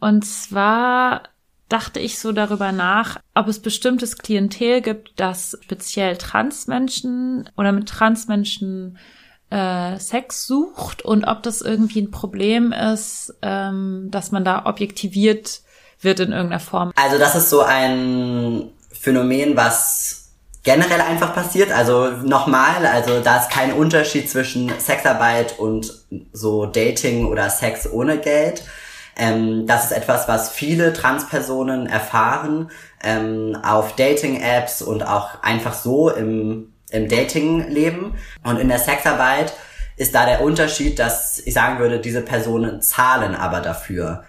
Und zwar dachte ich so darüber nach, ob es bestimmtes Klientel gibt, das speziell Transmenschen oder mit Transmenschen Sex sucht und ob das irgendwie ein Problem ist, dass man da objektiviert wird in irgendeiner Form. Also das ist so ein Phänomen, was generell einfach passiert. Also nochmal, also da ist kein Unterschied zwischen Sexarbeit und so Dating oder Sex ohne Geld. Das ist etwas, was viele Transpersonen erfahren auf Dating-Apps und auch einfach so im Dating-Leben. Und in der Sexarbeit ist da der Unterschied, dass ich sagen würde, diese Personen zahlen aber dafür.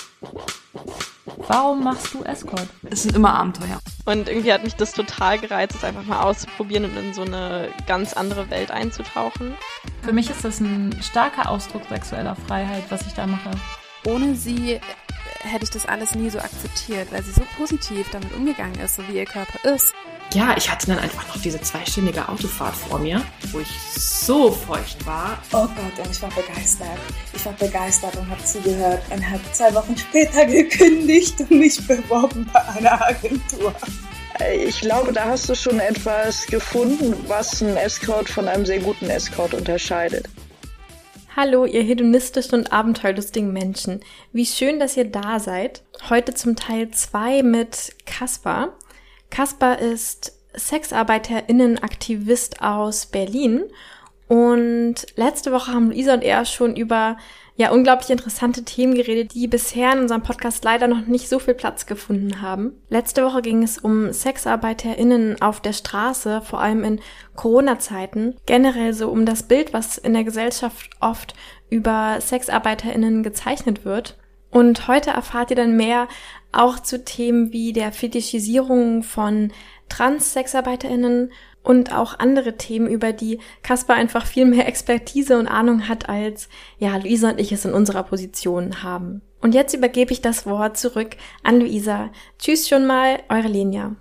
Warum machst du Escort? Es sind immer Abenteuer. Und irgendwie hat mich das total gereizt, es einfach mal auszuprobieren und in so eine ganz andere Welt einzutauchen. Für mich ist das ein starker Ausdruck sexueller Freiheit, was ich da mache. Ohne sie hätte ich das alles nie so akzeptiert, weil sie so positiv damit umgegangen ist, so wie ihr Körper ist. Ja, ich hatte dann einfach noch diese 2-stündige Autofahrt vor mir, wo ich so feucht war. Oh Gott, und ich war begeistert. Ich war begeistert und habe zugehört und habe 2 Wochen später gekündigt und mich beworben bei einer Agentur. Ich glaube, da hast du schon etwas gefunden, was einen Escort von einem sehr guten Escort unterscheidet. Hallo, ihr hedonistischen und abenteuerlustigen Menschen. Wie schön, dass ihr da seid. Heute zum Teil 2 mit Kaspar. Kaspar ist SexarbeiterInnen-Aktivist aus Berlin. Und letzte Woche haben Luisa und er schon über unglaublich interessante Themen geredet, die bisher in unserem Podcast leider noch nicht so viel Platz gefunden haben. Letzte Woche ging es um SexarbeiterInnen auf der Straße, vor allem in Corona-Zeiten. Generell so um das Bild, was in der Gesellschaft oft über SexarbeiterInnen gezeichnet wird. Und heute erfahrt ihr dann mehr auch zu Themen wie der Fetischisierung von Trans-SexarbeiterInnen und auch andere Themen, über die Kaspar einfach viel mehr Expertise und Ahnung hat, als Luisa und ich es in unserer Position haben. Und jetzt übergebe ich das Wort zurück an Luisa. Tschüss schon mal, eure Lenia.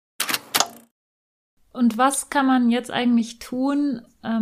Und was kann man jetzt eigentlich tun?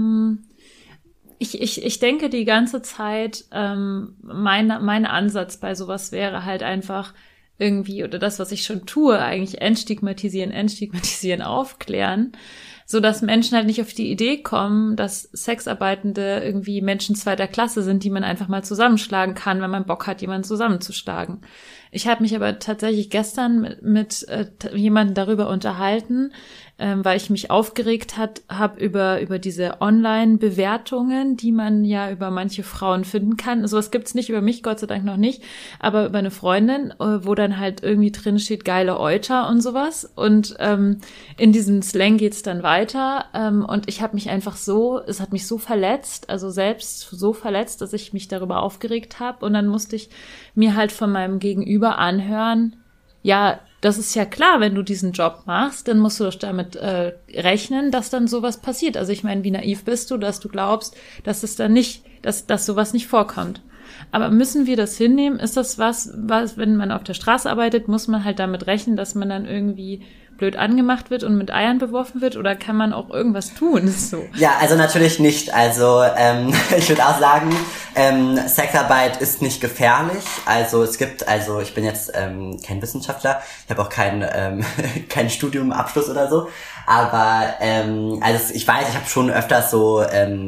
Ich denke die ganze Zeit, mein Ansatz bei sowas wäre halt einfach irgendwie, oder das, was ich schon tue, eigentlich entstigmatisieren, aufklären, so dass Menschen halt nicht auf die Idee kommen, dass Sexarbeitende irgendwie Menschen zweiter Klasse sind, die man einfach mal zusammenschlagen kann, wenn man Bock hat, jemanden zusammenzuschlagen. Ich habe mich aber tatsächlich gestern mit jemandem darüber unterhalten, weil ich mich aufgeregt habe über diese Online-Bewertungen, die man ja über manche Frauen finden kann. Sowas gibt's nicht über mich, Gott sei Dank noch nicht, aber über eine Freundin, wo dann halt irgendwie drin steht, geile Euter und sowas. Und in diesem Slang geht's dann weiter. Und ich habe mich einfach es hat mich so verletzt, also selbst so verletzt, dass ich mich darüber aufgeregt habe. Und dann musste ich mir halt von meinem Gegenüber anhören, ja, das ist ja klar, wenn du diesen Job machst, dann musst du doch damit rechnen, dass dann sowas passiert. Also ich meine, wie naiv bist du, dass du glaubst, dass es dann nicht, dass sowas nicht vorkommt. Aber müssen wir das hinnehmen? Ist das was, wenn man auf der Straße arbeitet, muss man halt damit rechnen, dass man dann irgendwie blöd angemacht wird und mit Eiern beworfen wird, oder kann man auch irgendwas tun? So. Ja, also natürlich nicht. Also ich würde auch sagen, Sexarbeit ist nicht gefährlich. Also ich bin jetzt kein Wissenschaftler, ich habe auch kein Studiumabschluss oder so, aber also ich weiß, ich habe schon öfters so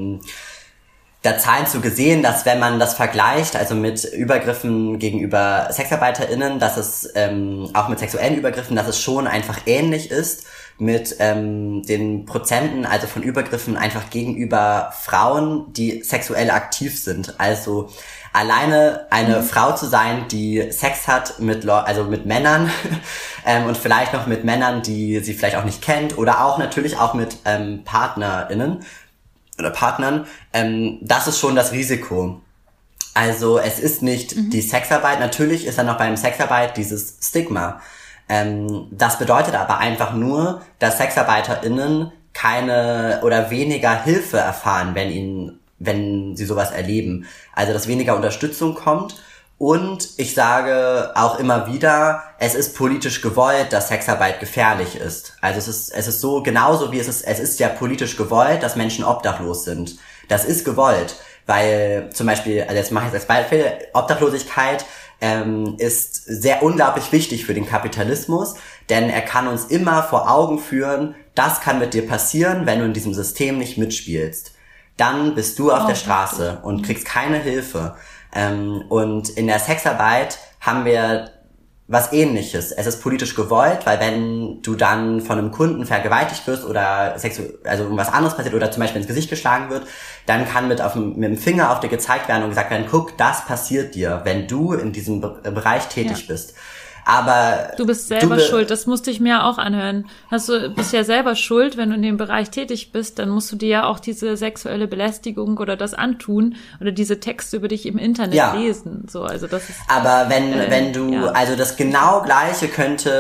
da Zahlen zu gesehen, dass wenn man das vergleicht, also mit Übergriffen gegenüber SexarbeiterInnen, dass es auch mit sexuellen Übergriffen, dass es schon einfach ähnlich ist mit den Prozenten, also von Übergriffen einfach gegenüber Frauen, die sexuell aktiv sind. Also alleine eine Frau zu sein, die Sex hat mit Männern und vielleicht noch mit Männern, die sie vielleicht auch nicht kennt, oder auch natürlich auch mit PartnerInnen oder Partnern, das ist schon das Risiko. Also es ist nicht die Sexarbeit, natürlich ist dann noch beim Sexarbeit dieses Stigma. Das bedeutet aber einfach nur, dass SexarbeiterInnen keine oder weniger Hilfe erfahren, wenn sie sowas erleben. Also dass weniger Unterstützung kommt. Und ich sage auch immer wieder, es ist politisch gewollt, dass Sexarbeit gefährlich ist. Also es ist so, genauso wie es ist ja politisch gewollt, dass Menschen obdachlos sind. Das ist gewollt, Weil zum Beispiel, also jetzt mache ich jetzt als Beispiel, Obdachlosigkeit ist sehr unglaublich wichtig für den Kapitalismus, denn er kann uns immer vor Augen führen, das kann mit dir passieren, wenn du in diesem System nicht mitspielst. Dann bist du auf der Straße und kriegst keine Hilfe. Und in der Sexarbeit haben wir was Ähnliches. Es ist politisch gewollt, weil wenn du dann von einem Kunden vergewaltigt wirst oder also irgendwas anderes passiert oder zum Beispiel ins Gesicht geschlagen wird, dann kann mit dem Finger auf dir gezeigt werden und gesagt werden, guck, das passiert dir, wenn du in diesem Bereich tätig bist. Aber du bist selber schuld, das musste ich mir auch anhören. Bist ja selber schuld, wenn du in dem Bereich tätig bist, dann musst du dir ja auch diese sexuelle Belästigung oder das antun oder diese Texte über dich im Internet lesen. So, also das ist. Aber wenn du, also das genau Gleiche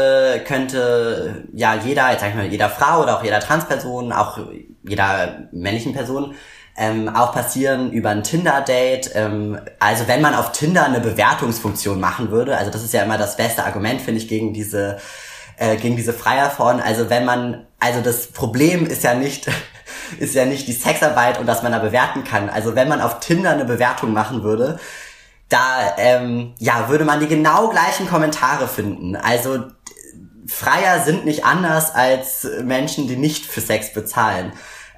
könnte ja jeder, jetzt sag ich mal, jeder Frau oder auch jeder Transperson, auch jeder männlichen Person auch passieren über ein Tinder-Date. Also wenn man auf Tinder eine Bewertungsfunktion machen würde, also das ist ja immer das beste Argument, finde ich, gegen diese Freier-Frauen. Also das Problem ist ja nicht die Sexarbeit und dass man da bewerten kann. Also wenn man auf Tinder eine Bewertung machen würde, da würde man die genau gleichen Kommentare finden. Also Freier sind nicht anders als Menschen, die nicht für Sex bezahlen.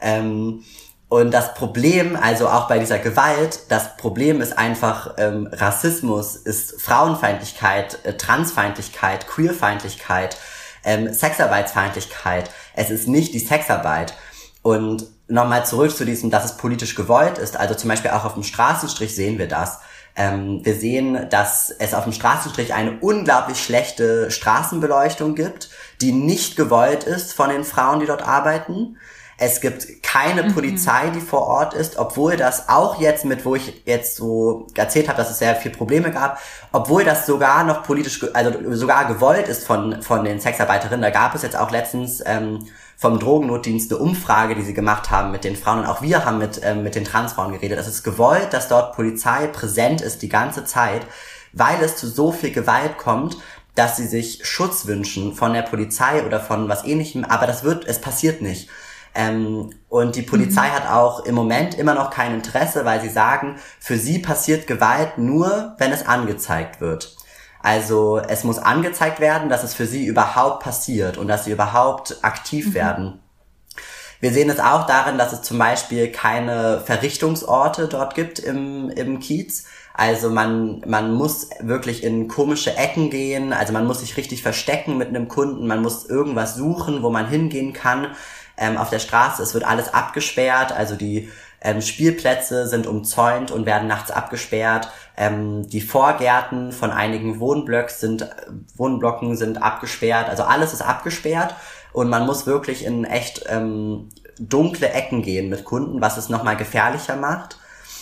Und das Problem, also auch bei dieser Gewalt, das Problem ist einfach, Rassismus ist Frauenfeindlichkeit, Transfeindlichkeit, Queerfeindlichkeit, Sexarbeitsfeindlichkeit. Es ist nicht die Sexarbeit. Und nochmal zurück zu diesem, dass es politisch gewollt ist. Also zum Beispiel auch auf dem Straßenstrich sehen wir das. Wir sehen, dass es auf dem Straßenstrich eine unglaublich schlechte Straßenbeleuchtung gibt, die nicht gewollt ist von den Frauen, die dort arbeiten. Es gibt keine Polizei, die vor Ort ist, obwohl das auch jetzt wo ich jetzt so erzählt habe, dass es sehr viele Probleme gab, obwohl das sogar noch politisch, also sogar gewollt ist von den Sexarbeiterinnen. Da gab es jetzt auch letztens vom Drogennotdienst eine Umfrage, die sie gemacht haben mit den Frauen. Und auch wir haben mit den Transfrauen geredet. Es ist gewollt, dass dort Polizei präsent ist die ganze Zeit, weil es zu so viel Gewalt kommt, dass sie sich Schutz wünschen von der Polizei oder von was Ähnlichem. Aber es passiert nicht. Und die Polizei hat auch im Moment immer noch kein Interesse, weil sie sagen, für sie passiert Gewalt nur, wenn es angezeigt wird. Also es muss angezeigt werden, dass es für sie überhaupt passiert und dass sie überhaupt aktiv werden. Wir sehen es auch darin, dass es zum Beispiel keine Verrichtungsorte dort gibt im Kiez. Also man muss wirklich in komische Ecken gehen, also man muss sich richtig verstecken mit einem Kunden, man muss irgendwas suchen, wo man hingehen kann. Auf der Straße, es wird alles abgesperrt, also die Spielplätze sind umzäunt und werden nachts abgesperrt. Die Vorgärten von einigen Wohnblocken sind abgesperrt, also alles ist abgesperrt und man muss wirklich in echt dunkle Ecken gehen mit Kunden, was es nochmal gefährlicher macht.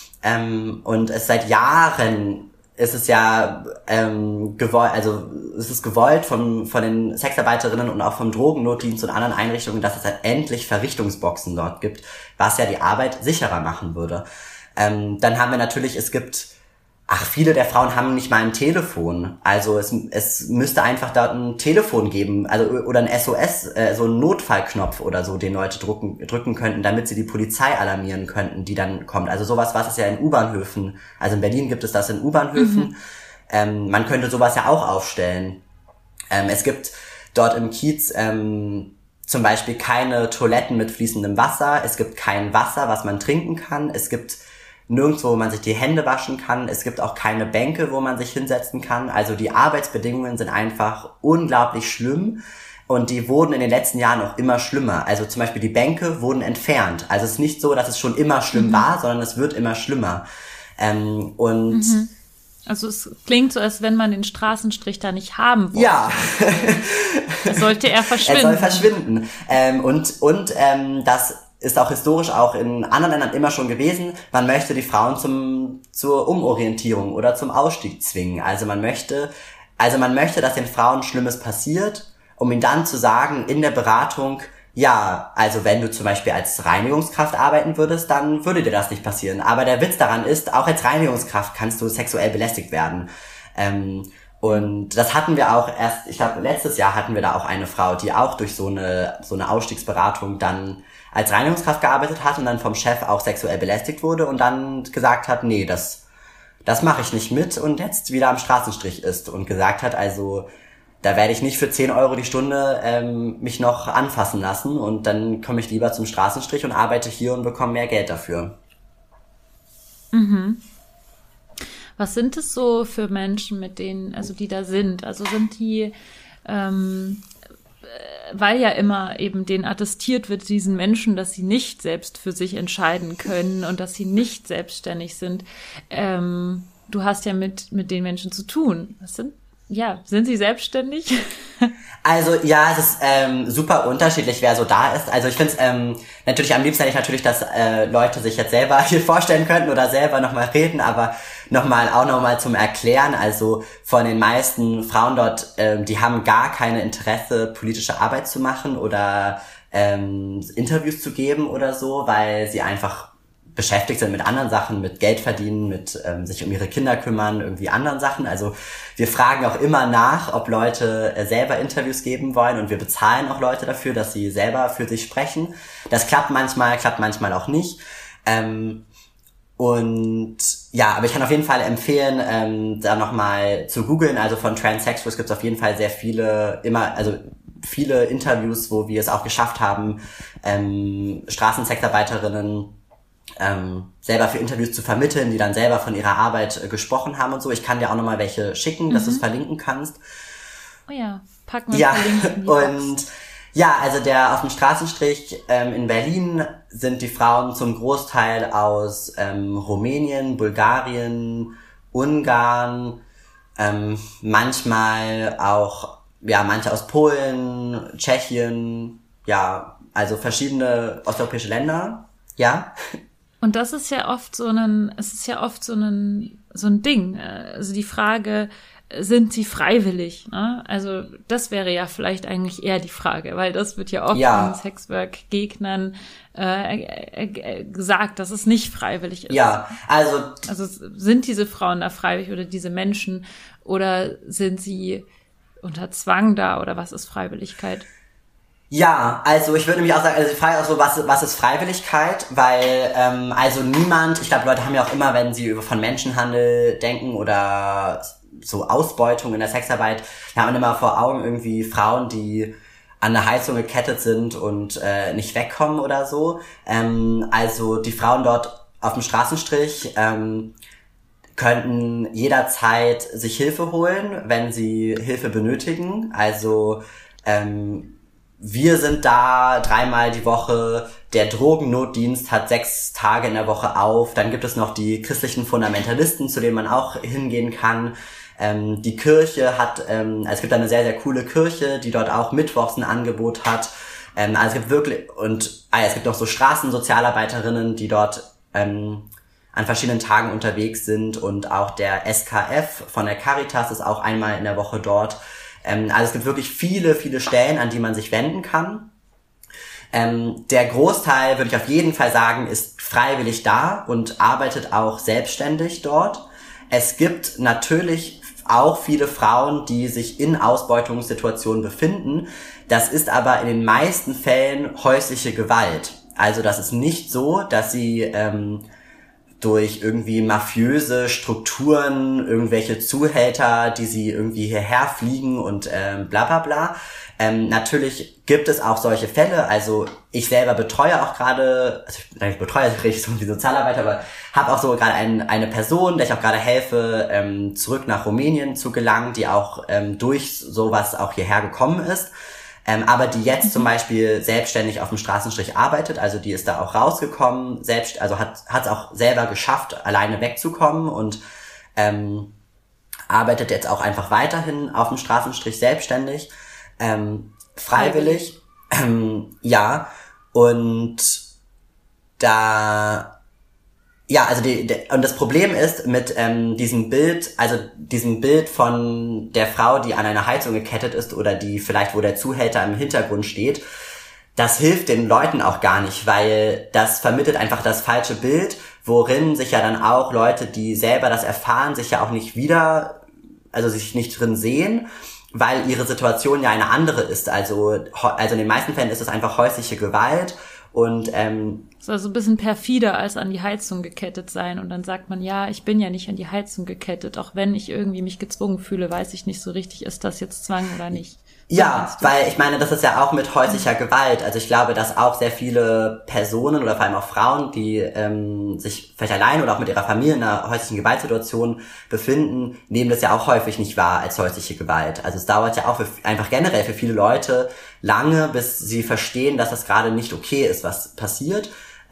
Und es seit Jahren ist es ja gewollt, also es ist gewollt von den Sexarbeiterinnen und auch vom Drogennotdienst und anderen Einrichtungen, dass es dann endlich Verrichtungsboxen dort gibt, was ja die Arbeit sicherer machen würde. Dann haben wir natürlich, viele der Frauen haben nicht mal ein Telefon. Also es müsste einfach dort ein Telefon geben, also oder ein SOS, so ein Notfallknopf oder so, den Leute drücken könnten, damit sie die Polizei alarmieren könnten, die dann kommt. Also sowas, was es ja in U-Bahnhöfen, also in Berlin gibt es das in U-Bahnhöfen. Man könnte sowas ja auch aufstellen. Es gibt dort im Kiez zum Beispiel keine Toiletten mit fließendem Wasser. Es gibt kein Wasser, was man trinken kann. Es gibt nirgendwo, wo man sich die Hände waschen kann. Es gibt auch keine Bänke, wo man sich hinsetzen kann. Also die Arbeitsbedingungen sind einfach unglaublich schlimm und die wurden in den letzten Jahren auch immer schlimmer. Also zum Beispiel die Bänke wurden entfernt. Also es ist nicht so, dass es schon immer schlimm war, sondern es wird immer schlimmer. Also es klingt so, als wenn man den Straßenstrich da nicht haben wollte. Ja. Sollte er verschwinden. Er soll verschwinden. Das ist auch historisch auch in anderen Ländern immer schon gewesen. Man möchte die Frauen zur Umorientierung oder zum Ausstieg zwingen. Also man möchte, dass den Frauen Schlimmes passiert, um ihnen dann zu sagen in der Beratung, ja, also wenn du zum Beispiel als Reinigungskraft arbeiten würdest, dann würde dir das nicht passieren. Aber der Witz daran ist, auch als Reinigungskraft kannst du sexuell belästigt werden. Und das hatten wir auch erst, ich glaube, letztes Jahr hatten wir da auch eine Frau, die auch durch so eine Ausstiegsberatung dann als Reinigungskraft gearbeitet hat und dann vom Chef auch sexuell belästigt wurde und dann gesagt hat, nee, das mache ich nicht mit und jetzt wieder am Straßenstrich ist und gesagt hat, also da werde ich nicht für 10 Euro die Stunde mich noch anfassen lassen und dann komme ich lieber zum Straßenstrich und arbeite hier und bekomme mehr Geld dafür. Mhm. Was sind es so für Menschen, mit denen, also die da sind? Also sind die, weil ja immer eben denen attestiert wird, diesen Menschen, dass sie nicht selbst für sich entscheiden können und dass sie nicht selbstständig sind. Du hast ja mit den Menschen zu tun. Sind sie selbstständig? Also ja, es ist super unterschiedlich, wer so da ist. Also ich finde es natürlich am liebsten hätte ich natürlich, dass Leute sich jetzt selber hier vorstellen könnten oder selber nochmal reden, aber nochmal zum Erklären. Also von den meisten Frauen dort, die haben gar keine Interesse, politische Arbeit zu machen oder Interviews zu geben oder so, weil sie einfach beschäftigt sind mit anderen Sachen, mit Geld verdienen, mit sich um ihre Kinder kümmern, irgendwie anderen Sachen. Also wir fragen auch immer nach, ob Leute selber Interviews geben wollen und wir bezahlen auch Leute dafür, dass sie selber für sich sprechen. Das klappt manchmal auch nicht. Und ja, aber ich kann auf jeden Fall empfehlen, da nochmal zu googeln. Also von Transsexuals gibt es auf jeden Fall sehr viele Interviews, wo wir es auch geschafft haben, Straßensexarbeiterinnen selber für Interviews zu vermitteln, die dann selber von ihrer Arbeit gesprochen haben und so. Ich kann dir auch nochmal welche schicken, dass du es verlinken kannst. Oh ja, packen wir Links in die und Box. Ja, also auf dem Straßenstrich in Berlin sind die Frauen zum Großteil aus Rumänien, Bulgarien, Ungarn, manchmal auch, ja, manche aus Polen, Tschechien, ja, also verschiedene osteuropäische Länder, ja. Und das ist ja oft so ein Ding. Also die Frage, sind sie freiwillig? Ne? Also das wäre ja vielleicht eigentlich eher die Frage, weil das wird ja oft von Sexwork-Gegnern gesagt, dass es nicht freiwillig ist. Ja, also sind diese Frauen da freiwillig oder diese Menschen oder sind sie unter Zwang da oder was ist Freiwilligkeit? Ja, also ich würde nämlich auch sagen, also die Frage ist so, was ist Freiwilligkeit? Weil, also niemand, ich glaube, Leute haben ja auch immer, wenn sie von Menschenhandel denken oder so Ausbeutung in der Sexarbeit, da haben wir immer vor Augen irgendwie Frauen, die an der Heizung gekettet sind und nicht wegkommen oder so. Also die Frauen dort auf dem Straßenstrich könnten jederzeit sich Hilfe holen, wenn sie Hilfe benötigen. Also wir sind da 3-mal die Woche, der Drogennotdienst hat 6 Tage in der Woche auf, dann gibt es noch die christlichen Fundamentalisten, zu denen man auch hingehen kann. Die Kirche hat, es gibt eine sehr, sehr coole Kirche, die dort auch mittwochs ein Angebot hat. Also es gibt wirklich, es gibt noch so Straßensozialarbeiterinnen, die dort an verschiedenen Tagen unterwegs sind und auch der SKF von der Caritas ist auch einmal in der Woche dort. Also es gibt wirklich viele, viele Stellen, an die man sich wenden kann. Der Großteil, würde ich auf jeden Fall sagen, ist freiwillig da und arbeitet auch selbstständig dort. Es gibt natürlich auch viele Frauen, die sich in Ausbeutungssituationen befinden. Das ist aber in den meisten Fällen häusliche Gewalt. Also das ist nicht so, dass sie durch irgendwie mafiöse Strukturen, irgendwelche Zuhälter, die sie irgendwie hierher fliegen und bla bla bla. Natürlich gibt es auch solche Fälle, also ich selber betreue auch gerade, also ich betreue richtig so wie Sozialarbeiter, aber habe auch so gerade eine Person, der ich auch gerade helfe, zurück nach Rumänien zu gelangen, die auch durch sowas auch hierher gekommen ist. Aber die jetzt zum Beispiel selbstständig auf dem Straßenstrich arbeitet, also die ist da auch rausgekommen, also hat es auch selber geschafft, alleine wegzukommen und arbeitet jetzt auch einfach weiterhin auf dem Straßenstrich selbstständig, freiwillig, ja, und da, ja, also und das Problem ist mit diesem Bild von der Frau, die an einer Heizung gekettet ist oder die vielleicht, wo der Zuhälter im Hintergrund steht, das hilft den Leuten auch gar nicht, weil das vermittelt einfach das falsche Bild, worin sich ja dann auch Leute, die selber das erfahren, sich ja auch nicht sich nicht drin sehen, weil ihre Situation ja eine andere ist. Also in den meisten Fällen ist es einfach häusliche Gewalt und ist also ein bisschen perfider als an die Heizung gekettet sein. Und dann sagt man, ja, ich bin ja nicht an die Heizung gekettet, auch wenn ich irgendwie mich gezwungen fühle, weiß ich nicht so richtig, ist das jetzt Zwang oder nicht. Ja, weil ich meine, das ist ja auch mit häuslicher Gewalt. Also ich glaube, dass auch sehr viele Personen oder vor allem auch Frauen, die sich vielleicht allein oder auch mit ihrer Familie in einer häuslichen Gewaltsituation befinden, nehmen das ja auch häufig nicht wahr als häusliche Gewalt. Also es dauert ja auch einfach generell für viele Leute lange, bis sie verstehen, dass das gerade nicht okay ist, was passiert,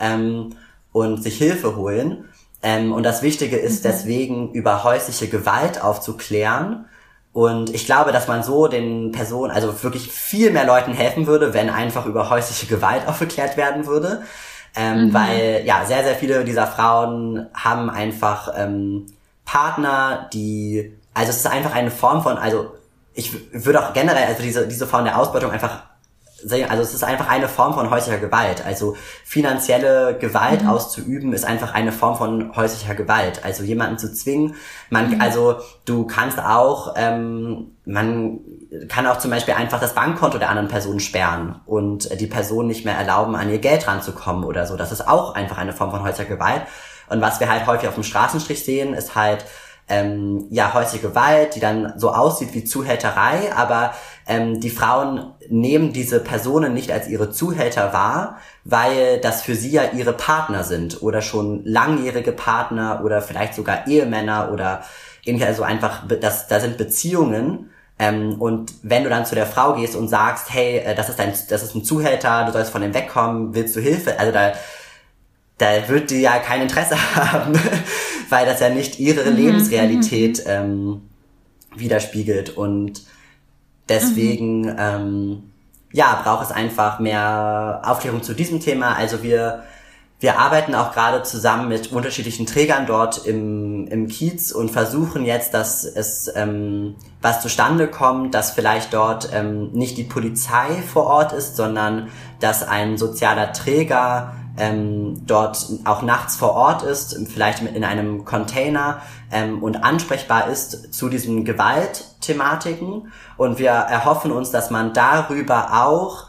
und sich Hilfe holen. Und das Wichtige ist deswegen, über häusliche Gewalt aufzuklären. Und ich glaube, dass man so den Personen, also wirklich viel mehr Leuten helfen würde, wenn einfach über häusliche Gewalt aufgeklärt werden würde. Weil, ja, sehr, sehr viele dieser Frauen haben einfach Partner, also es ist einfach eine Form von, also ich würde auch generell, also diese Form der Ausbeutung einfach sehen, also es ist einfach eine Form von häuslicher Gewalt. Also finanzielle Gewalt auszuüben ist einfach eine Form von häuslicher Gewalt. Also jemanden zu zwingen, also du kannst auch, man kann auch zum Beispiel einfach das Bankkonto der anderen Person sperren und die Person nicht mehr erlauben, an ihr Geld ranzukommen oder so. Das ist auch einfach eine Form von häuslicher Gewalt. Und was wir halt häufig auf dem Straßenstrich sehen, ist halt häusliche Gewalt, die dann so aussieht wie Zuhälterei, aber die Frauen nehmen diese Personen nicht als ihre Zuhälter wahr, weil das für sie ja ihre Partner sind oder schon langjährige Partner oder vielleicht sogar Ehemänner oder ähnliches. Also einfach, da sind Beziehungen. Und wenn du dann zu der Frau gehst und sagst, hey, das ist ein Zuhälter, du sollst von dem wegkommen, willst du Hilfe? Also da wird die ja kein Interesse haben, weil das ja nicht ihre Lebensrealität widerspiegelt. Und deswegen braucht es einfach mehr Aufklärung zu diesem Thema. Also wir arbeiten auch gerade zusammen mit unterschiedlichen Trägern dort im Kiez und versuchen jetzt, dass es was zustande kommt, dass vielleicht dort nicht die Polizei vor Ort ist, sondern dass ein sozialer Träger dort auch nachts vor Ort ist, vielleicht in einem Container und ansprechbar ist zu diesen Gewaltthematiken. Und wir erhoffen uns, dass man darüber auch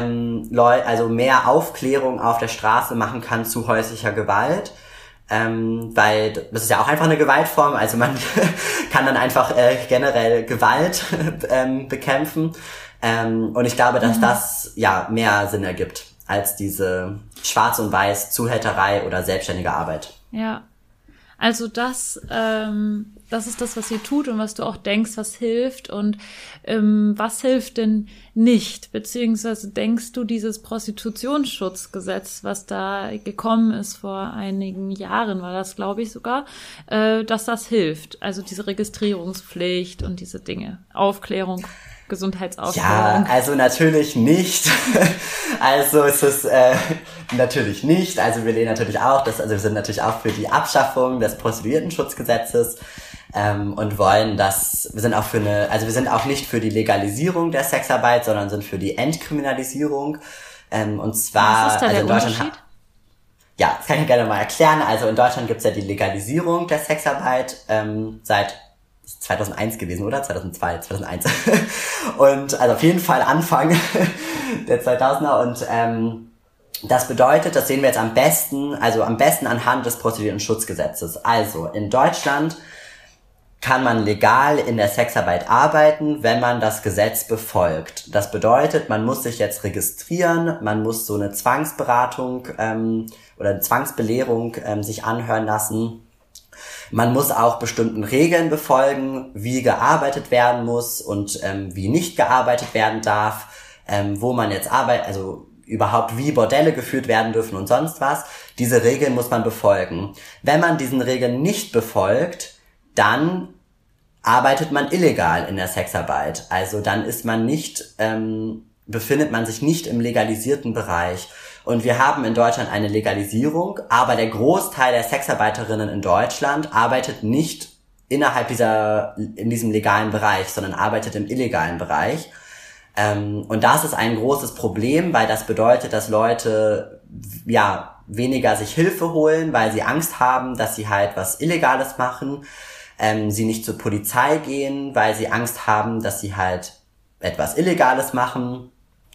mehr Aufklärung auf der Straße machen kann zu häuslicher Gewalt. Weil das ist ja auch einfach eine Gewaltform, also man kann dann einfach generell Gewalt bekämpfen. Und ich glaube, dass das ja mehr Sinn ergibt als diese Schwarz- und Weiß Zuhälterei oder selbstständige Arbeit. Ja, also das ist das, was ihr tut und was du auch denkst, was hilft und was hilft denn nicht? Beziehungsweise denkst du, dieses Prostitutionsschutzgesetz, was da gekommen ist vor einigen Jahren, war das, glaube ich sogar, dass das hilft? Also diese Registrierungspflicht und diese Dinge, Aufklärung, Gesundheitsaufklärung. Ja, also natürlich nicht. Also es ist natürlich nicht. Also wir lehnen natürlich auch, wir sind natürlich auch für die Abschaffung des Prostituiertenschutzgesetzes und wollen wir sind auch nicht für die Legalisierung der Sexarbeit, sondern sind für die Entkriminalisierung. Und zwar, was ist da der Unterschied? Ja, das kann ich gerne mal erklären. Also in Deutschland gibt's ja die Legalisierung der Sexarbeit seit 2001 gewesen, oder? 2002, 2001. Und also auf jeden Fall Anfang der 2000er. Und das bedeutet, das sehen wir jetzt am besten anhand des Prostituiertenschutzgesetzes. Also in Deutschland kann man legal in der Sexarbeit arbeiten, wenn man das Gesetz befolgt. Das bedeutet, man muss sich jetzt registrieren, man muss so eine Zwangsberatung oder eine Zwangsbelehrung sich anhören lassen. Man muss auch bestimmten Regeln befolgen, wie gearbeitet werden muss und wie nicht gearbeitet werden darf, wo man jetzt arbeitet, also überhaupt wie Bordelle geführt werden dürfen und sonst was. Diese Regeln muss man befolgen. Wenn man diesen Regeln nicht befolgt, dann arbeitet man illegal in der Sexarbeit. Also dann befindet man sich nicht im legalisierten Bereich. Und wir haben in Deutschland eine Legalisierung, aber der Großteil der Sexarbeiterinnen in Deutschland arbeitet nicht in diesem legalen Bereich, sondern arbeitet im illegalen Bereich. Und das ist ein großes Problem, weil das bedeutet, dass Leute weniger sich Hilfe holen, weil sie Angst haben, dass sie halt was Illegales machen. sie nicht zur Polizei gehen, weil sie Angst haben, dass sie halt etwas Illegales machen.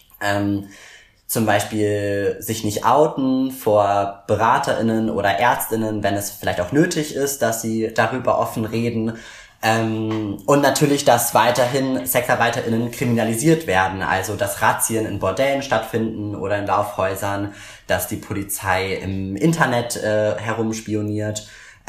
Zum Beispiel sich nicht outen vor BeraterInnen oder ÄrztInnen, wenn es vielleicht auch nötig ist, dass sie darüber offen reden. Und natürlich, dass weiterhin SexarbeiterInnen kriminalisiert werden, also dass Razzien in Bordellen stattfinden oder in Laufhäusern, dass die Polizei im Internet herumspioniert.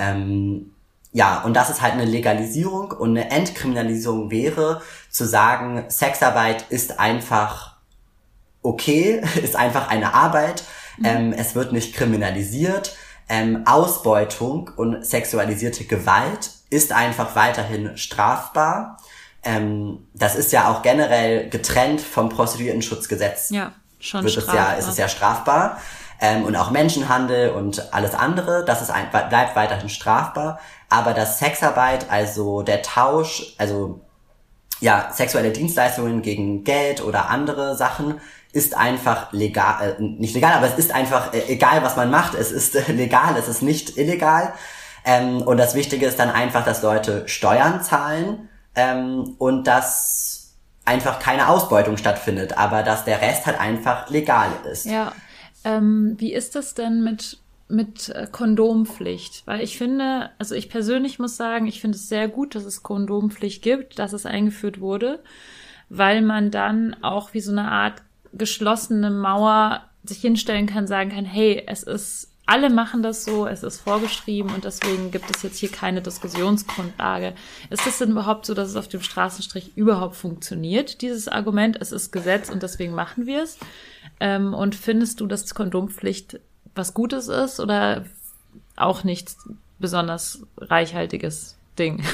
Ja, und das ist halt eine Legalisierung, und eine Entkriminalisierung wäre zu sagen, Sexarbeit ist einfach okay, ist einfach eine Arbeit, es wird nicht kriminalisiert, Ausbeutung und sexualisierte Gewalt ist einfach weiterhin strafbar. Das ist ja auch generell getrennt vom Prostituiertenschutzgesetz. Ja, schon strafbar. Ist es ja strafbar. Und auch Menschenhandel und alles andere, bleibt weiterhin strafbar. Aber dass Sexarbeit, also der Tausch, also ja, sexuelle Dienstleistungen gegen Geld oder andere Sachen, ist einfach legal, nicht legal, aber es ist einfach egal, was man macht, es ist legal, es ist nicht illegal. Und das Wichtige ist dann einfach, dass Leute Steuern zahlen und dass einfach keine Ausbeutung stattfindet, aber dass der Rest halt einfach legal ist. Ja, wie ist das denn mit Kondompflicht? Weil ich finde, also ich persönlich muss sagen, ich finde es sehr gut, dass es Kondompflicht gibt, dass es eingeführt wurde, weil man dann auch wie so eine Art geschlossene Mauer sich hinstellen kann, sagen kann, hey, alle machen das so, es ist vorgeschrieben und deswegen gibt es jetzt hier keine Diskussionsgrundlage. Ist es denn überhaupt so, dass es auf dem Straßenstrich überhaupt funktioniert, dieses Argument, es ist Gesetz und deswegen machen wir es? Und findest du, dass Kondompflicht was Gutes ist oder auch nichts besonders reichhaltiges Ding?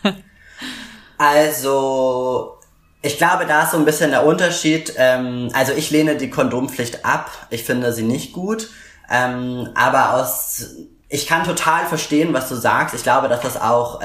Also, ich glaube, da ist so ein bisschen der Unterschied. Also ich lehne die Kondompflicht ab. Ich finde sie nicht gut. Aber ich kann total verstehen, was du sagst. Ich glaube, dass das auch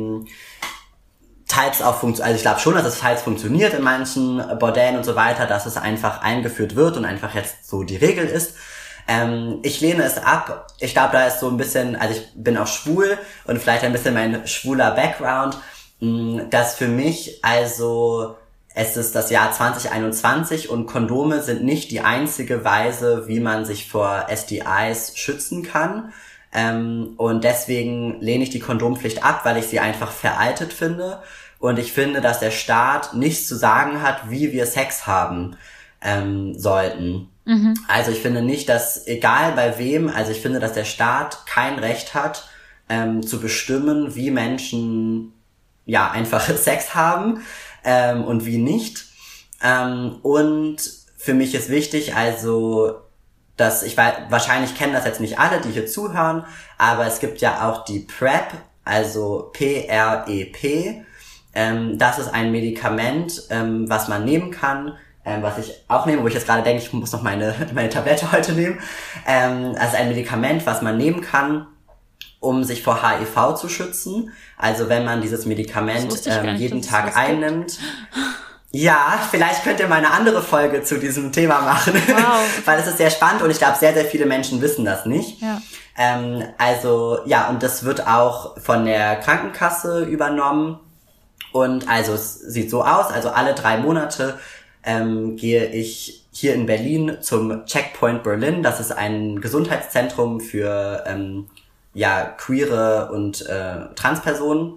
teils auch funktioniert. Also ich glaube schon, dass es teils funktioniert in manchen Bordellen und so weiter, dass es einfach eingeführt wird und einfach jetzt so die Regel ist. Ich lehne es ab. Ich glaube, da ist so ein bisschen, also ich bin auch schwul und vielleicht ein bisschen mein schwuler Background, dass für mich, also es ist das Jahr 2021 und Kondome sind nicht die einzige Weise, wie man sich vor STIs schützen kann. Und deswegen lehne ich die Kondompflicht ab, weil ich sie einfach veraltet finde. Und ich finde, dass der Staat nichts zu sagen hat, wie wir Sex haben sollten. Mhm. Also ich finde nicht, dass, egal bei wem, also ich finde, dass der Staat kein Recht hat, zu bestimmen, wie Menschen ja einfach Sex haben. Und wie nicht. Und für mich ist wichtig, also, dass wahrscheinlich kennen das jetzt nicht alle, die hier zuhören, aber es gibt ja auch die PrEP, also PrEP. Das ist ein Medikament, was man nehmen kann, was ich auch nehme, wo ich jetzt gerade denke, ich muss noch meine Tablette heute nehmen. Das ist ein Medikament, was man nehmen kann, um sich vor HIV zu schützen. Also wenn man dieses Medikament jeden Tag einnimmt. Ja, vielleicht könnt ihr mal eine andere Folge zu diesem Thema machen. Wow. Weil es ist sehr spannend und ich glaube, sehr, sehr viele Menschen wissen das nicht. Ja. Also, ja, und das wird auch von der Krankenkasse übernommen. Und also es sieht so aus, also alle 3 Monate gehe ich hier in Berlin zum Checkpoint Berlin. Das ist ein Gesundheitszentrum für queere und Transpersonen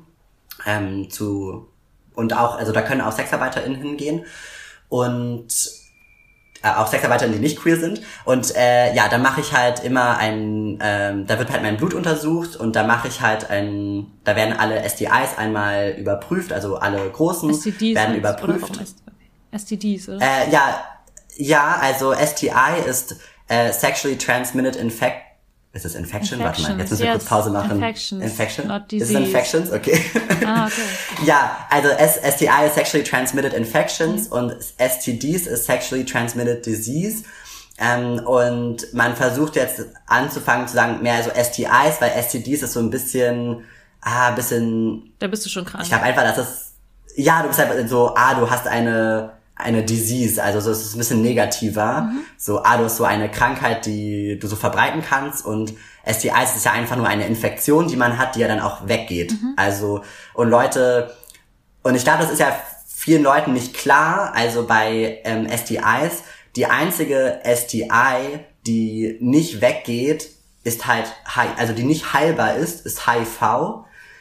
und auch, also da können auch SexarbeiterInnen hingehen und auch SexarbeiterInnen, die nicht queer sind. Und da mache ich halt immer da wird halt mein Blut untersucht und da mache ich halt da werden alle STIs einmal überprüft, also alle großen STDs werden überprüft. STDs, oder? Ja, also STI ist Sexually Transmitted Infection. Ist es Infection? Warte mal, jetzt müssen wir kurz Pause machen. Infection? Not disease. Ist es Infections? Okay. Okay. Ja, also STI ist Sexually Transmitted Infections und STDs ist Sexually Transmitted Disease. Und man versucht jetzt anzufangen zu sagen, mehr so STIs, weil STDs ist so ein bisschen. Da bist du schon krank. Ich glaube einfach, dass es. Ja, du bist halt so, du hast eine eine Disease, also so, es ist ein bisschen negativer. So, du hast so eine Krankheit, die du so verbreiten kannst, und STIs ist ja einfach nur eine Infektion, die man hat, die ja dann auch weggeht. Also, und ich glaube, das ist ja vielen Leuten nicht klar, also bei STIs, die einzige STI, die nicht weggeht, ist halt, also die nicht heilbar ist HIV.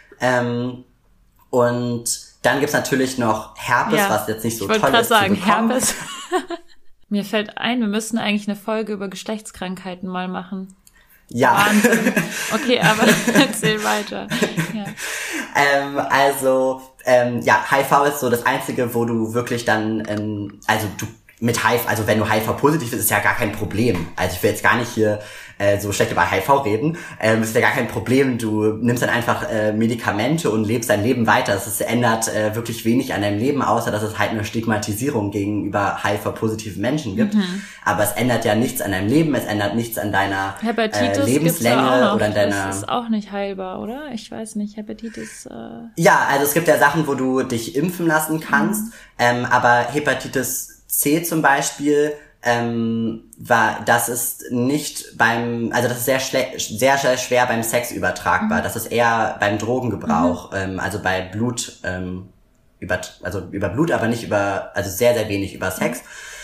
Und dann gibt's natürlich noch Herpes, was jetzt nicht so toll ist. Ich wollte gerade sagen, Herpes. Mir fällt ein, wir müssen eigentlich eine Folge über Geschlechtskrankheiten mal machen. Ja. Wahnsinn. Okay, aber erzähl weiter. Ja. HIV ist so das Einzige, wo du wirklich dann, wenn du HIV-positiv bist, ist ja gar kein Problem. Also ich will jetzt gar nicht hier so schlecht über HIV reden. Ist ja gar kein Problem. Du nimmst dann einfach Medikamente und lebst dein Leben weiter. Es ändert wirklich wenig an deinem Leben, außer dass es halt eine Stigmatisierung gegenüber HIV-positiven Menschen gibt. Aber es ändert ja nichts an deinem Leben, es ändert nichts an deiner Lebenslänge oder an deiner... Das ist auch nicht heilbar, oder? Ich weiß nicht, Hepatitis... Ja, also es gibt ja Sachen, wo du dich impfen lassen kannst, aber Hepatitis C zum Beispiel, das ist nicht das ist sehr schwer beim Sex übertragbar. Das ist eher beim Drogengebrauch, also bei Blut, über Blut, aber nicht also sehr, sehr wenig über Sex.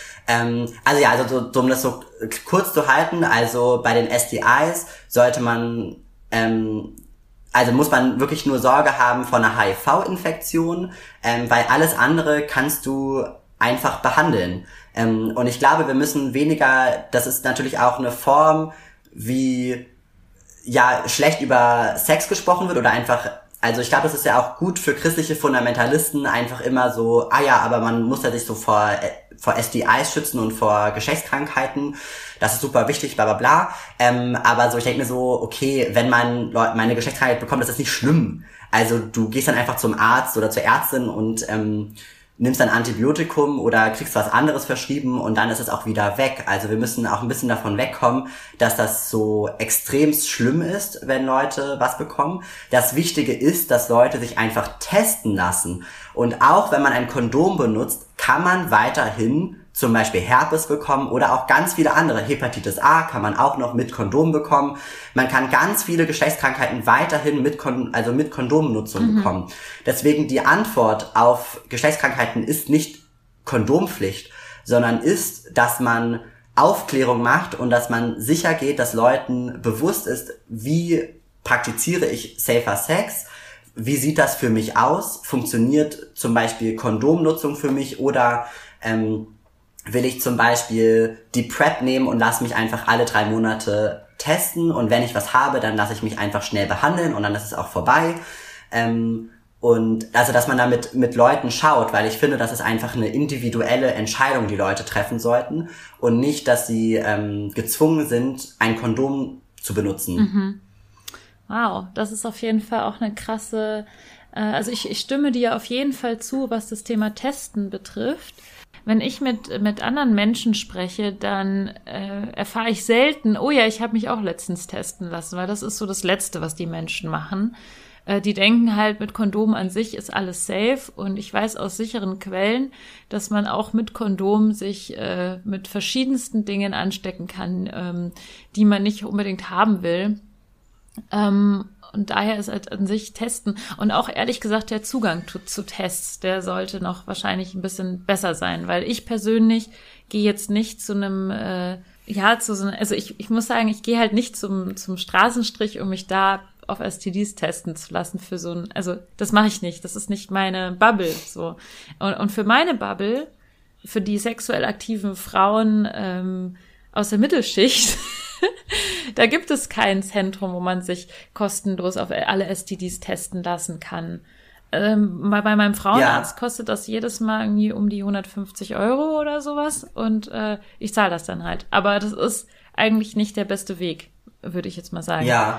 Um das so kurz zu halten, also bei den STIs sollte man, muss man wirklich nur Sorge haben vor einer HIV-Infektion, weil alles andere kannst du einfach behandeln. Und ich glaube, wir müssen weniger, das ist natürlich auch eine Form, wie schlecht über Sex gesprochen wird oder einfach, also ich glaube, es ist ja auch gut für christliche Fundamentalisten, einfach immer so, aber man muss ja sich so vor STIs schützen und vor Geschlechtskrankheiten, das ist super wichtig, bla bla bla. Aber so, ich denke mir so, okay, wenn meine Geschlechtskrankheit bekommt, das ist nicht schlimm. Also du gehst dann einfach zum Arzt oder zur Ärztin und nimmst ein Antibiotikum oder kriegst was anderes verschrieben und dann ist es auch wieder weg. Also wir müssen auch ein bisschen davon wegkommen, dass das so extremst schlimm ist, wenn Leute was bekommen. Das Wichtige ist, dass Leute sich einfach testen lassen. Und auch wenn man ein Kondom benutzt, kann man weiterhin zum Beispiel Herpes bekommen oder auch ganz viele andere. Hepatitis A kann man auch noch mit Kondom bekommen. Man kann ganz viele Geschlechtskrankheiten weiterhin mit Kondomnutzung bekommen. Deswegen die Antwort auf Geschlechtskrankheiten ist nicht Kondompflicht, sondern ist, dass man Aufklärung macht und dass man sicher geht, dass Leuten bewusst ist, wie praktiziere ich safer Sex, wie sieht das für mich aus, funktioniert zum Beispiel Kondomnutzung für mich oder will ich zum Beispiel die PrEP nehmen und lasse mich einfach alle 3 Monate testen und wenn ich was habe, dann lasse ich mich einfach schnell behandeln und dann ist es auch vorbei. Und also, dass man damit mit Leuten schaut, weil ich finde, das ist einfach eine individuelle Entscheidung, die Leute treffen sollten und nicht, dass sie gezwungen sind, ein Kondom zu benutzen. Wow, das ist auf jeden Fall auch eine krasse, also ich stimme dir auf jeden Fall zu, was das Thema Testen betrifft. Wenn ich mit anderen Menschen spreche, dann erfahre ich selten, oh ja, ich habe mich auch letztens testen lassen, weil das ist so das Letzte, was die Menschen machen. Die denken halt, mit Kondom an sich ist alles safe und ich weiß aus sicheren Quellen, dass man auch mit Kondom sich mit verschiedensten Dingen anstecken kann, die man nicht unbedingt haben will. Und daher ist halt an sich Testen und auch ehrlich gesagt der Zugang zu Tests, der sollte noch wahrscheinlich ein bisschen besser sein, weil ich persönlich gehe jetzt nicht zu einem, also ich muss sagen, ich gehe halt nicht zum Straßenstrich, um mich da auf STDs testen zu lassen für so ein, also das mache ich nicht, das ist nicht meine Bubble, so. Und für meine Bubble, für die sexuell aktiven Frauen aus der Mittelschicht, da gibt es kein Zentrum, wo man sich kostenlos auf alle STDs testen lassen kann. Bei meinem Frauenarzt kostet das jedes Mal irgendwie um die 150 € oder sowas und ich zahle das dann halt. Aber das ist eigentlich nicht der beste Weg, würde ich jetzt mal sagen. Ja,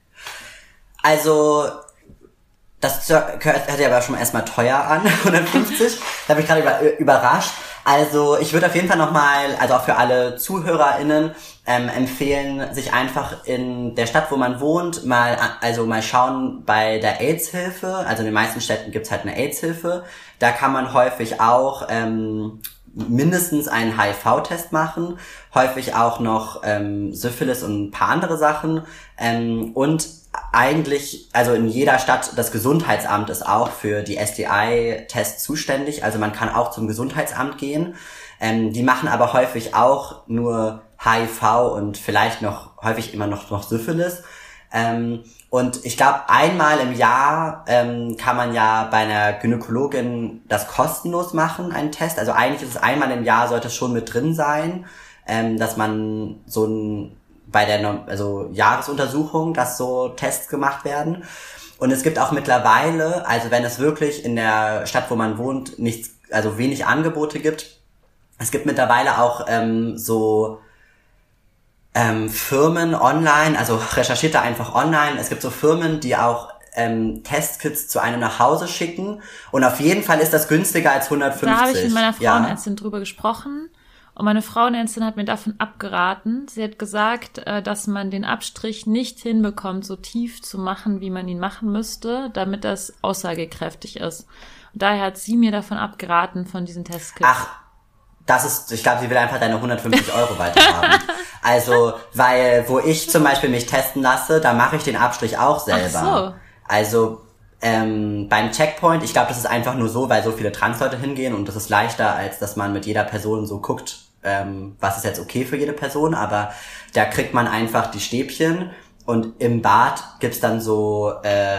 also das hört ja aber schon erstmal teuer an, 150. Da bin ich gerade überrascht. Also ich würde auf jeden Fall nochmal, also auch für alle ZuhörerInnen, empfehlen, sich einfach in der Stadt, wo man wohnt, mal schauen bei der AIDS-Hilfe. Also in den meisten Städten gibt's halt eine AIDS-Hilfe. Da kann man häufig auch mindestens einen HIV-Test machen, häufig auch noch Syphilis und ein paar andere Sachen und eigentlich, also in jeder Stadt, das Gesundheitsamt ist auch für die STI-Tests zuständig, also man kann auch zum Gesundheitsamt gehen. Die machen aber häufig auch nur HIV und vielleicht noch häufig immer noch Syphilis. Und ich glaube, einmal im Jahr kann man ja bei einer Gynäkologin das kostenlos machen, einen Test. Also eigentlich ist es einmal im Jahr, sollte es schon mit drin sein, dass man bei der Jahresuntersuchung, dass so Tests gemacht werden. Und es gibt auch mittlerweile, also wenn es wirklich in der Stadt, wo man wohnt, wenig Angebote gibt, es gibt mittlerweile auch Firmen online, also recherchiert da einfach online. Es gibt so Firmen, die auch Testkits zu einem nach Hause schicken. Und auf jeden Fall ist das günstiger als 150. Da habe ich mit meiner Frauenärztin drüber gesprochen. Und meine Frauenärztin hat mir davon abgeraten. Sie hat gesagt, dass man den Abstrich nicht hinbekommt, so tief zu machen, wie man ihn machen müsste, damit das aussagekräftig ist. Und daher hat sie mir davon abgeraten, von diesen Testkits. Ach, ich glaube, sie will einfach deine 150 Euro weiterhaben. Also, weil, wo ich zum Beispiel mich testen lasse, da mache ich den Abstrich auch selber. Ach so. Also, beim Checkpoint, ich glaube, das ist einfach nur so, weil so viele Transleute hingehen und das ist leichter, als dass man mit jeder Person so guckt, was ist jetzt okay für jede Person, aber da kriegt man einfach die Stäbchen und im Bad gibt's dann so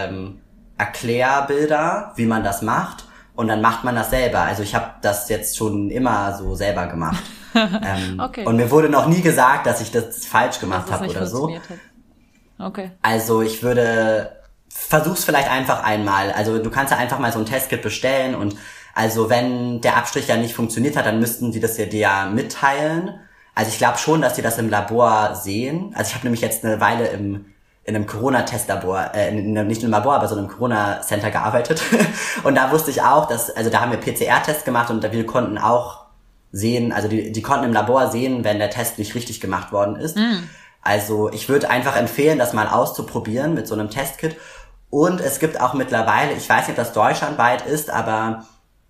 Erklärbilder, wie man das macht und dann macht man das selber. Also ich habe das jetzt schon immer so selber gemacht. Okay. Und mir wurde noch nie gesagt, dass ich das falsch gemacht habe oder so. Okay. Also ich versuch's vielleicht einfach einmal. Also du kannst ja einfach mal so ein Testkit bestellen und also wenn der Abstrich ja nicht funktioniert hat, dann müssten die das dir ja mitteilen. Also ich glaube schon, dass die das im Labor sehen. Also ich habe nämlich jetzt eine Weile in einem Corona-Testlabor, nicht im Labor, aber so in einem Corona-Center gearbeitet. Und da wusste ich auch, da haben wir PCR-Tests gemacht und wir konnten auch sehen, also die konnten im Labor sehen, wenn der Test nicht richtig gemacht worden ist. Also ich würde einfach empfehlen, das mal auszuprobieren mit so einem Testkit. Und es gibt auch mittlerweile, ich weiß nicht, ob das deutschlandweit ist, aber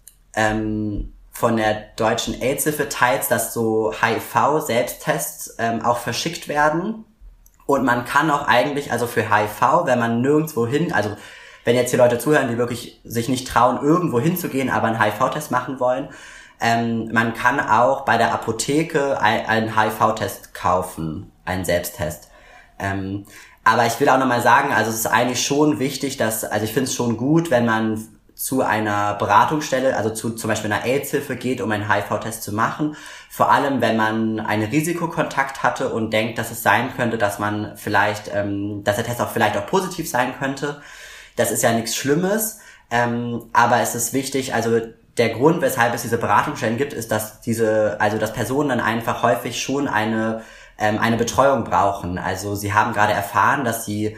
von der deutschen AIDS-Hilfe teils, dass so HIV-Selbsttests auch verschickt werden. Und man kann auch eigentlich, also für HIV, wenn man nirgendwo hin, also wenn jetzt hier Leute zuhören, die wirklich sich nicht trauen, irgendwo hinzugehen, aber einen HIV-Test machen wollen, man kann auch bei der Apotheke einen HIV-Test kaufen, einen Selbsttest. Aber ich will auch nochmal sagen, also es ist eigentlich schon wichtig, also ich finde es schon gut, wenn man zu einer Beratungsstelle, also zum Beispiel einer AIDS-Hilfe geht, um einen HIV-Test zu machen. Vor allem, wenn man einen Risikokontakt hatte und denkt, dass es sein könnte, dass man vielleicht, dass der Test auch vielleicht auch positiv sein könnte. Das ist ja nichts Schlimmes, aber es ist wichtig, also der Grund, weshalb es diese Beratungsstellen gibt, ist, dass dass Personen dann einfach häufig schon eine Betreuung brauchen. Also sie haben gerade erfahren, dass sie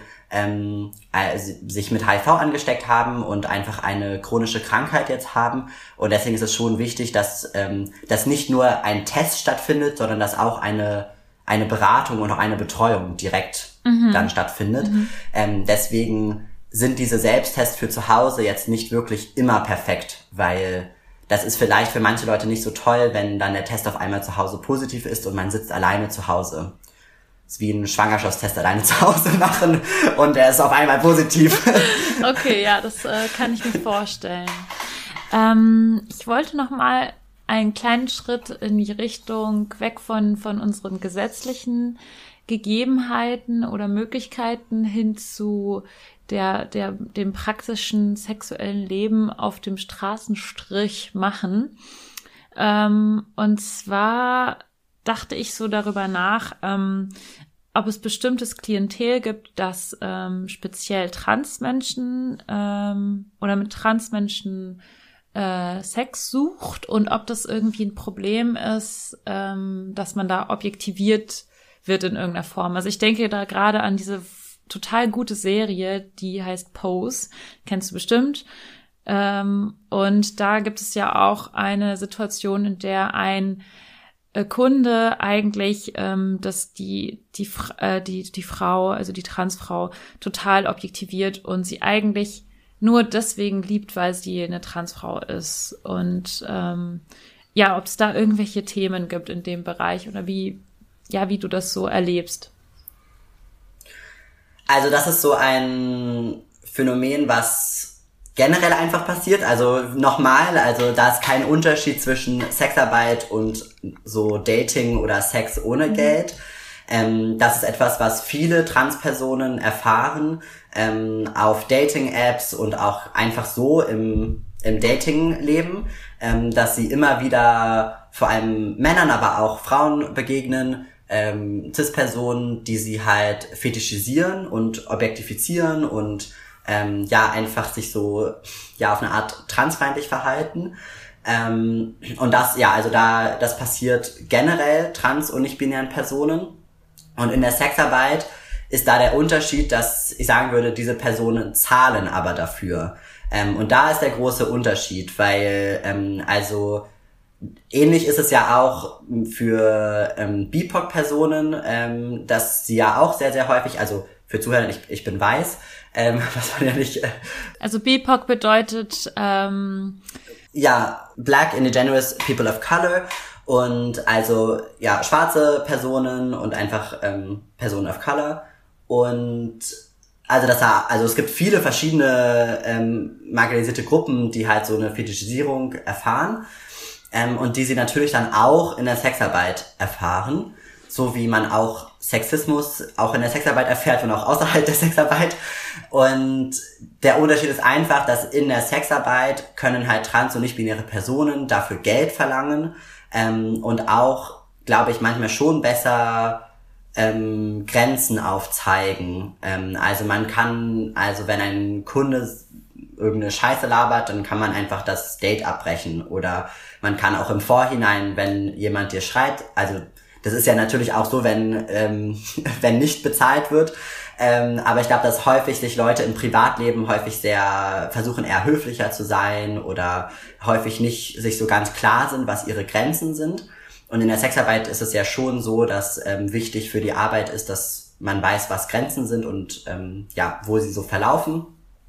sich mit HIV angesteckt haben und einfach eine chronische Krankheit jetzt haben. Und deswegen ist es schon wichtig, dass nicht nur ein Test stattfindet, sondern dass auch eine Beratung und auch eine Betreuung direkt dann stattfindet. Deswegen sind diese Selbsttests für zu Hause jetzt nicht wirklich immer perfekt, weil das ist vielleicht für manche Leute nicht so toll, wenn dann der Test auf einmal zu Hause positiv ist und man sitzt alleine zu Hause. Das ist wie ein Schwangerschaftstest alleine zu Hause machen und er ist auf einmal positiv. Okay, ja, das kann ich mir vorstellen. Ich wollte noch mal einen kleinen Schritt in die Richtung weg von unseren gesetzlichen Gegebenheiten oder Möglichkeiten hin zu dem praktischen sexuellen Leben auf dem Straßenstrich machen. Und zwar dachte ich so darüber nach, ob es bestimmtes Klientel gibt, das speziell Transmenschen oder mit Transmenschen Sex sucht und ob das irgendwie ein Problem ist, dass man da objektiviert wird in irgendeiner Form. Also ich denke da gerade an diese total gute Serie, die heißt Pose, kennst du bestimmt. Und da gibt es ja auch eine Situation, in der ein Kunde eigentlich, dass die Frau, also die Transfrau, total objektiviert und sie eigentlich nur deswegen liebt, weil sie eine Transfrau ist. Und ja, ob es da irgendwelche Themen gibt in dem Bereich oder wie du das so erlebst. Also das ist so ein Phänomen, was generell einfach passiert. Also nochmal, also da ist kein Unterschied zwischen Sexarbeit und so Dating oder Sex ohne Geld. Das ist etwas, was viele Transpersonen erfahren, auf Dating-Apps und auch einfach so im Dating-Leben, dass sie immer wieder vor allem Männern, aber auch Frauen begegnen, Cis-Personen, die sie halt fetischisieren und objektifizieren und einfach sich so auf eine Art transfeindlich verhalten. Und das, das passiert generell trans- und nicht-binären Personen. Und in der Sexarbeit ist da der Unterschied, dass ich sagen würde, diese Personen zahlen aber dafür. Und da ist der große Unterschied, weil ähnlich ist es ja auch für BIPOC-Personen, dass sie ja auch sehr, sehr häufig, also für Zuhörer, ich bin weiß, was man ja nicht... Also BIPOC bedeutet... Black Indigenous People of Color und also schwarze Personen und einfach Personen of Color und also es gibt viele verschiedene marginalisierte Gruppen, die halt so eine Fetischisierung erfahren und die sie natürlich dann auch in der Sexarbeit erfahren, so wie man auch Sexismus auch in der Sexarbeit erfährt und auch außerhalb der Sexarbeit. Und der Unterschied ist einfach, dass in der Sexarbeit können halt trans- und nicht-binäre Personen dafür Geld verlangen und auch, glaube ich, manchmal schon besser Grenzen aufzeigen. Also man kann, wenn ein Kunde irgendeine Scheiße labert, dann kann man einfach das Date abbrechen. Oder man kann auch im Vorhinein, wenn jemand dir schreibt, also das ist ja natürlich auch so, wenn nicht bezahlt wird. Aber ich glaube, dass häufig sich Leute im Privatleben häufig sehr versuchen, eher höflicher zu sein oder häufig nicht sich so ganz klar sind, was ihre Grenzen sind. Und in der Sexarbeit ist es ja schon so, dass wichtig für die Arbeit ist, dass man weiß, was Grenzen sind und wo sie so verlaufen.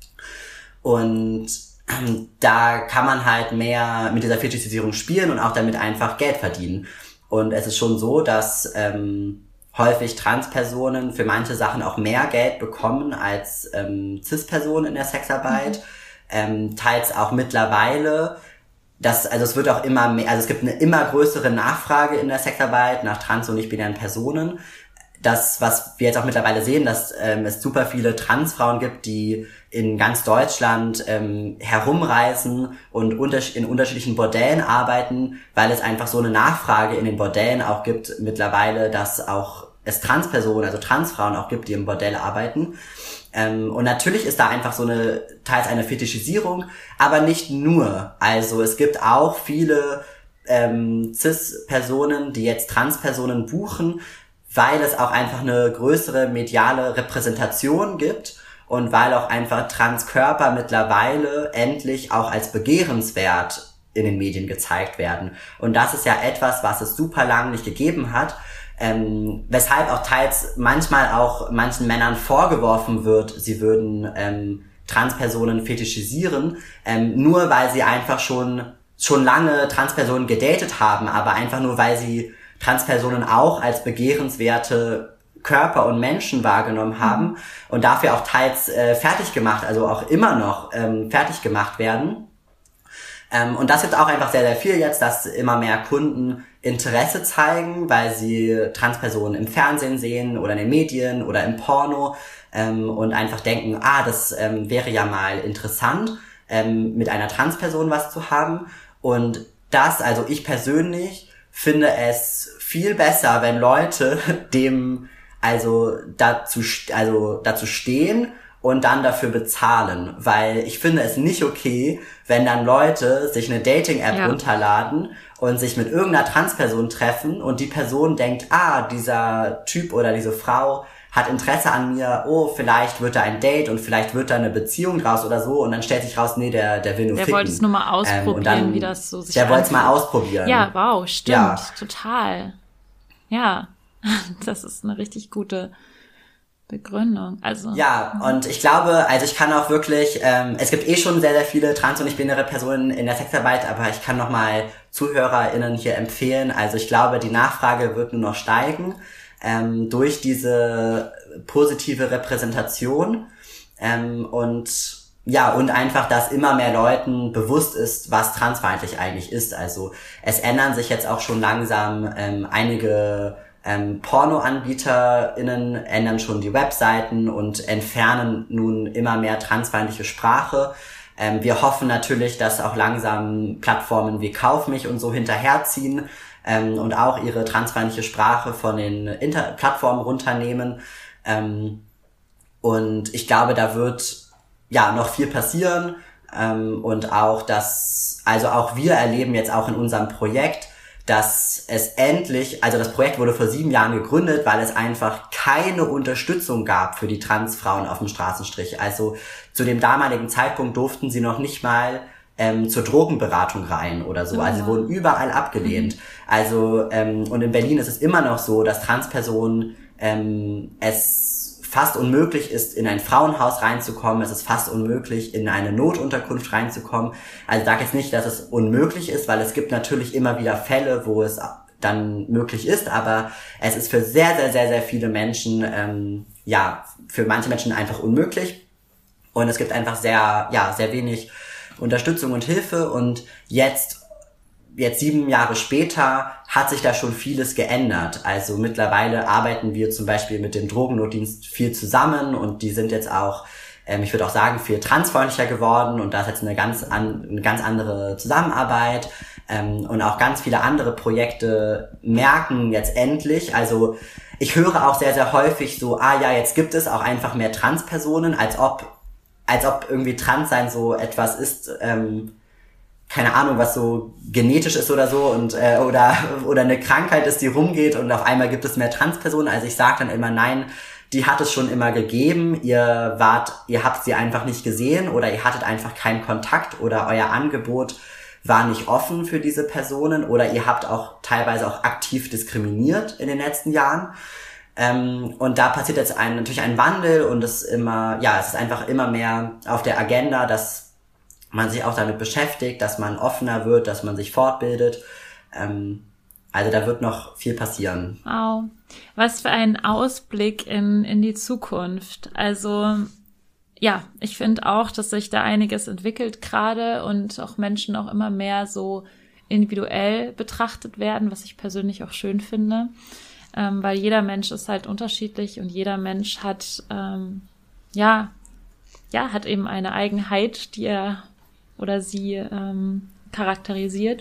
Und da kann man halt mehr mit dieser Fetischisierung spielen und auch damit einfach Geld verdienen. Und es ist schon so, dass häufig Transpersonen für manche Sachen auch mehr Geld bekommen als Cis-Personen in der Sexarbeit. Teils auch mittlerweile. Es wird auch immer mehr, also es gibt eine immer größere Nachfrage in der Sexarbeit nach trans- und nicht-binären Personen. Das, was wir jetzt auch mittlerweile sehen, dass es super viele Transfrauen gibt, die in ganz Deutschland herumreisen und in unterschiedlichen Bordellen arbeiten, weil es einfach so eine Nachfrage in den Bordellen auch gibt mittlerweile, dass auch es Transpersonen, also Transfrauen auch gibt, die im Bordell arbeiten. Und natürlich ist da einfach so teils eine Fetischisierung, aber nicht nur. Also es gibt auch viele Cis-Personen, die jetzt Transpersonen buchen, weil es auch einfach eine größere mediale Repräsentation gibt und weil auch einfach Transkörper mittlerweile endlich auch als begehrenswert in den Medien gezeigt werden. Und das ist ja etwas, was es super lang nicht gegeben hat, weshalb auch teils manchmal auch manchen Männern vorgeworfen wird, sie würden Transpersonen fetischisieren, nur weil sie einfach schon lange Transpersonen gedatet haben, aber einfach nur, weil sie Transpersonen auch als begehrenswerte Körper und Menschen wahrgenommen haben und dafür auch teils fertig gemacht, also auch immer noch fertig gemacht werden. Und das gibt auch einfach sehr, sehr viel jetzt, dass immer mehr Kunden Interesse zeigen, weil sie Transpersonen im Fernsehen sehen oder in den Medien oder im Porno und einfach denken, das wäre ja mal interessant, mit einer Transperson was zu haben. Und das, also ich persönlich finde es viel besser, wenn Leute dazu stehen und dann dafür bezahlen, weil ich finde es nicht okay, wenn dann Leute sich eine Dating-App runterladen und sich mit irgendeiner Transperson treffen und die Person denkt, dieser Typ oder diese Frau hat Interesse an mir, vielleicht wird da ein Date und vielleicht wird da eine Beziehung draus oder so und dann stellt sich raus, nee, der will nur ficken. Der wollte es nur mal ausprobieren, wie das so sich anfühlt. Der wollte es mal ausprobieren. Ja, wow, stimmt, total. Ja, das ist eine richtig gute Begründung. Also ja, und ich glaube, also ich kann auch wirklich, es gibt schon sehr, sehr viele trans- und nicht-binäre Personen in der Sexarbeit, aber ich kann nochmal ZuhörerInnen hier empfehlen. Also ich glaube, die Nachfrage wird nur noch steigen durch diese positive Repräsentation und einfach, dass immer mehr Leuten bewusst ist, was transfeindlich eigentlich ist. Also es ändern sich jetzt auch schon langsam einige PornoanbieterInnen ändern schon die Webseiten und entfernen nun immer mehr transfeindliche Sprache. Wir hoffen natürlich, dass auch langsam Plattformen wie Kaufmich und so hinterherziehen und auch ihre transfeindliche Sprache von den Plattformen runternehmen. Und ich glaube, da wird noch viel passieren. Und auch auch wir erleben jetzt auch in unserem Projekt, dass es endlich, also das Projekt wurde vor 7 Jahren gegründet, weil es einfach keine Unterstützung gab für die Transfrauen auf dem Straßenstrich. Also zu dem damaligen Zeitpunkt durften sie noch nicht mal zur Drogenberatung rein oder so. Also sie wurden überall abgelehnt. Also und in Berlin ist es immer noch so, dass Transpersonen es fast unmöglich ist, in ein Frauenhaus reinzukommen. Es ist fast unmöglich, in eine Notunterkunft reinzukommen. Also ich sage jetzt nicht, dass es unmöglich ist, weil es gibt natürlich immer wieder Fälle, wo es dann möglich ist, aber es ist für sehr, sehr, sehr, sehr viele Menschen, für manche Menschen einfach unmöglich. Und es gibt einfach sehr wenig Unterstützung und Hilfe. Und jetzt 7 Jahre später hat sich da schon vieles geändert. Also mittlerweile arbeiten wir zum Beispiel mit dem Drogennotdienst viel zusammen und die sind jetzt auch, ich würde auch sagen, viel transfreundlicher geworden und da ist jetzt eine ganz andere Zusammenarbeit und auch ganz viele andere Projekte merken jetzt endlich, also ich höre auch sehr, sehr häufig so, jetzt gibt es auch einfach mehr Transpersonen, als ob irgendwie Transsein so etwas ist, keine Ahnung, was so genetisch ist oder so und oder eine Krankheit ist, die rumgeht und auf einmal gibt es mehr Transpersonen. Also ich sage dann immer, nein, die hat es schon immer gegeben. Ihr habt sie einfach nicht gesehen oder ihr hattet einfach keinen Kontakt oder euer Angebot war nicht offen für diese Personen oder ihr habt auch teilweise auch aktiv diskriminiert in den letzten Jahren. Und da passiert jetzt natürlich ein Wandel und es ist einfach immer mehr auf der Agenda, dass man sich auch damit beschäftigt, dass man offener wird, dass man sich fortbildet. Also da wird noch viel passieren. Wow, was für ein Ausblick in die Zukunft. Also ja, ich finde auch, dass sich da einiges entwickelt gerade und auch Menschen auch immer mehr so individuell betrachtet werden, was ich persönlich auch schön finde, weil jeder Mensch ist halt unterschiedlich und jeder Mensch hat hat eben eine Eigenheit, die er oder sie charakterisiert.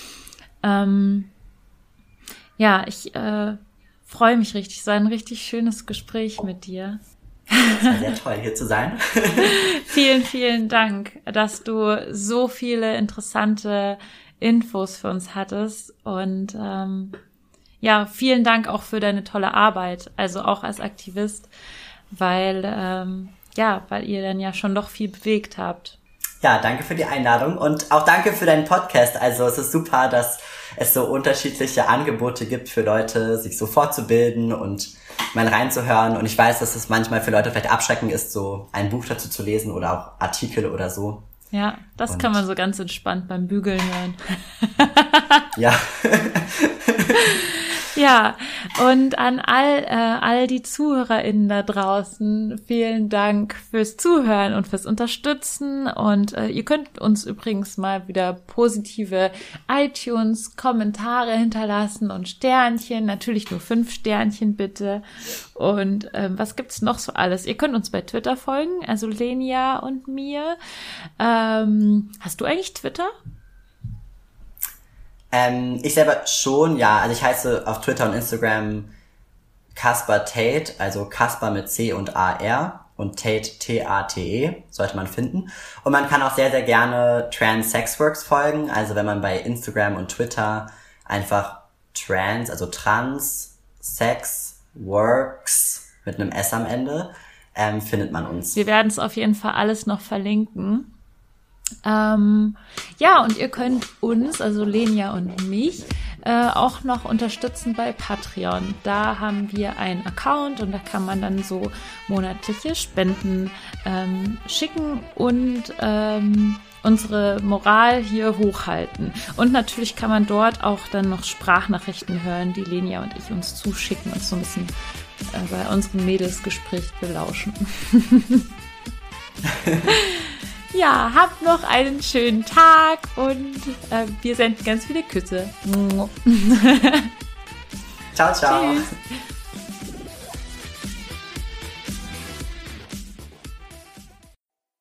Ich freue mich richtig. Es war ein richtig schönes Gespräch mit dir. Es war sehr toll, hier zu sein. Vielen, vielen Dank, dass du so viele interessante Infos für uns hattest. Und vielen Dank auch für deine tolle Arbeit, also auch als Aktivist, weil ihr dann ja schon doch viel bewegt habt. Ja, danke für die Einladung und auch danke für deinen Podcast. Also es ist super, dass es so unterschiedliche Angebote gibt für Leute, sich so fortzubilden und mal reinzuhören. Und ich weiß, dass es manchmal für Leute vielleicht abschreckend ist, so ein Buch dazu zu lesen oder auch Artikel oder so. Ja, das kann man so ganz entspannt beim Bügeln hören. Ja. Ja, und an all die ZuhörerInnen da draußen, vielen Dank fürs Zuhören und fürs Unterstützen. Und ihr könnt uns übrigens mal wieder positive iTunes-Kommentare hinterlassen und Sternchen, natürlich nur 5 Sternchen bitte. Und was gibt's noch so alles? Ihr könnt uns bei Twitter folgen, also Lenia und mir. Hast du eigentlich Twitter? Ich selber schon, ja. Also ich heiße auf Twitter und Instagram Caspar Tate, also Caspar mit C und A-R und Tate T-A-T-E, sollte man finden. Und man kann auch sehr, sehr gerne Trans Sex Works folgen. Also wenn man bei Instagram und Twitter einfach Trans Sex Works mit einem S am Ende, findet man uns. Wir werden es auf jeden Fall alles noch verlinken. Und ihr könnt uns, also Lenia und mich, auch noch unterstützen bei Patreon. Da haben wir einen Account und da kann man dann so monatliche Spenden schicken und unsere Moral hier hochhalten. Und natürlich kann man dort auch dann noch Sprachnachrichten hören, die Lenia und ich uns zuschicken und so ein bisschen bei unserem Mädelsgespräch belauschen. Ja, habt noch einen schönen Tag und wir senden ganz viele Küsse. Ciao, ciao. Tschüss.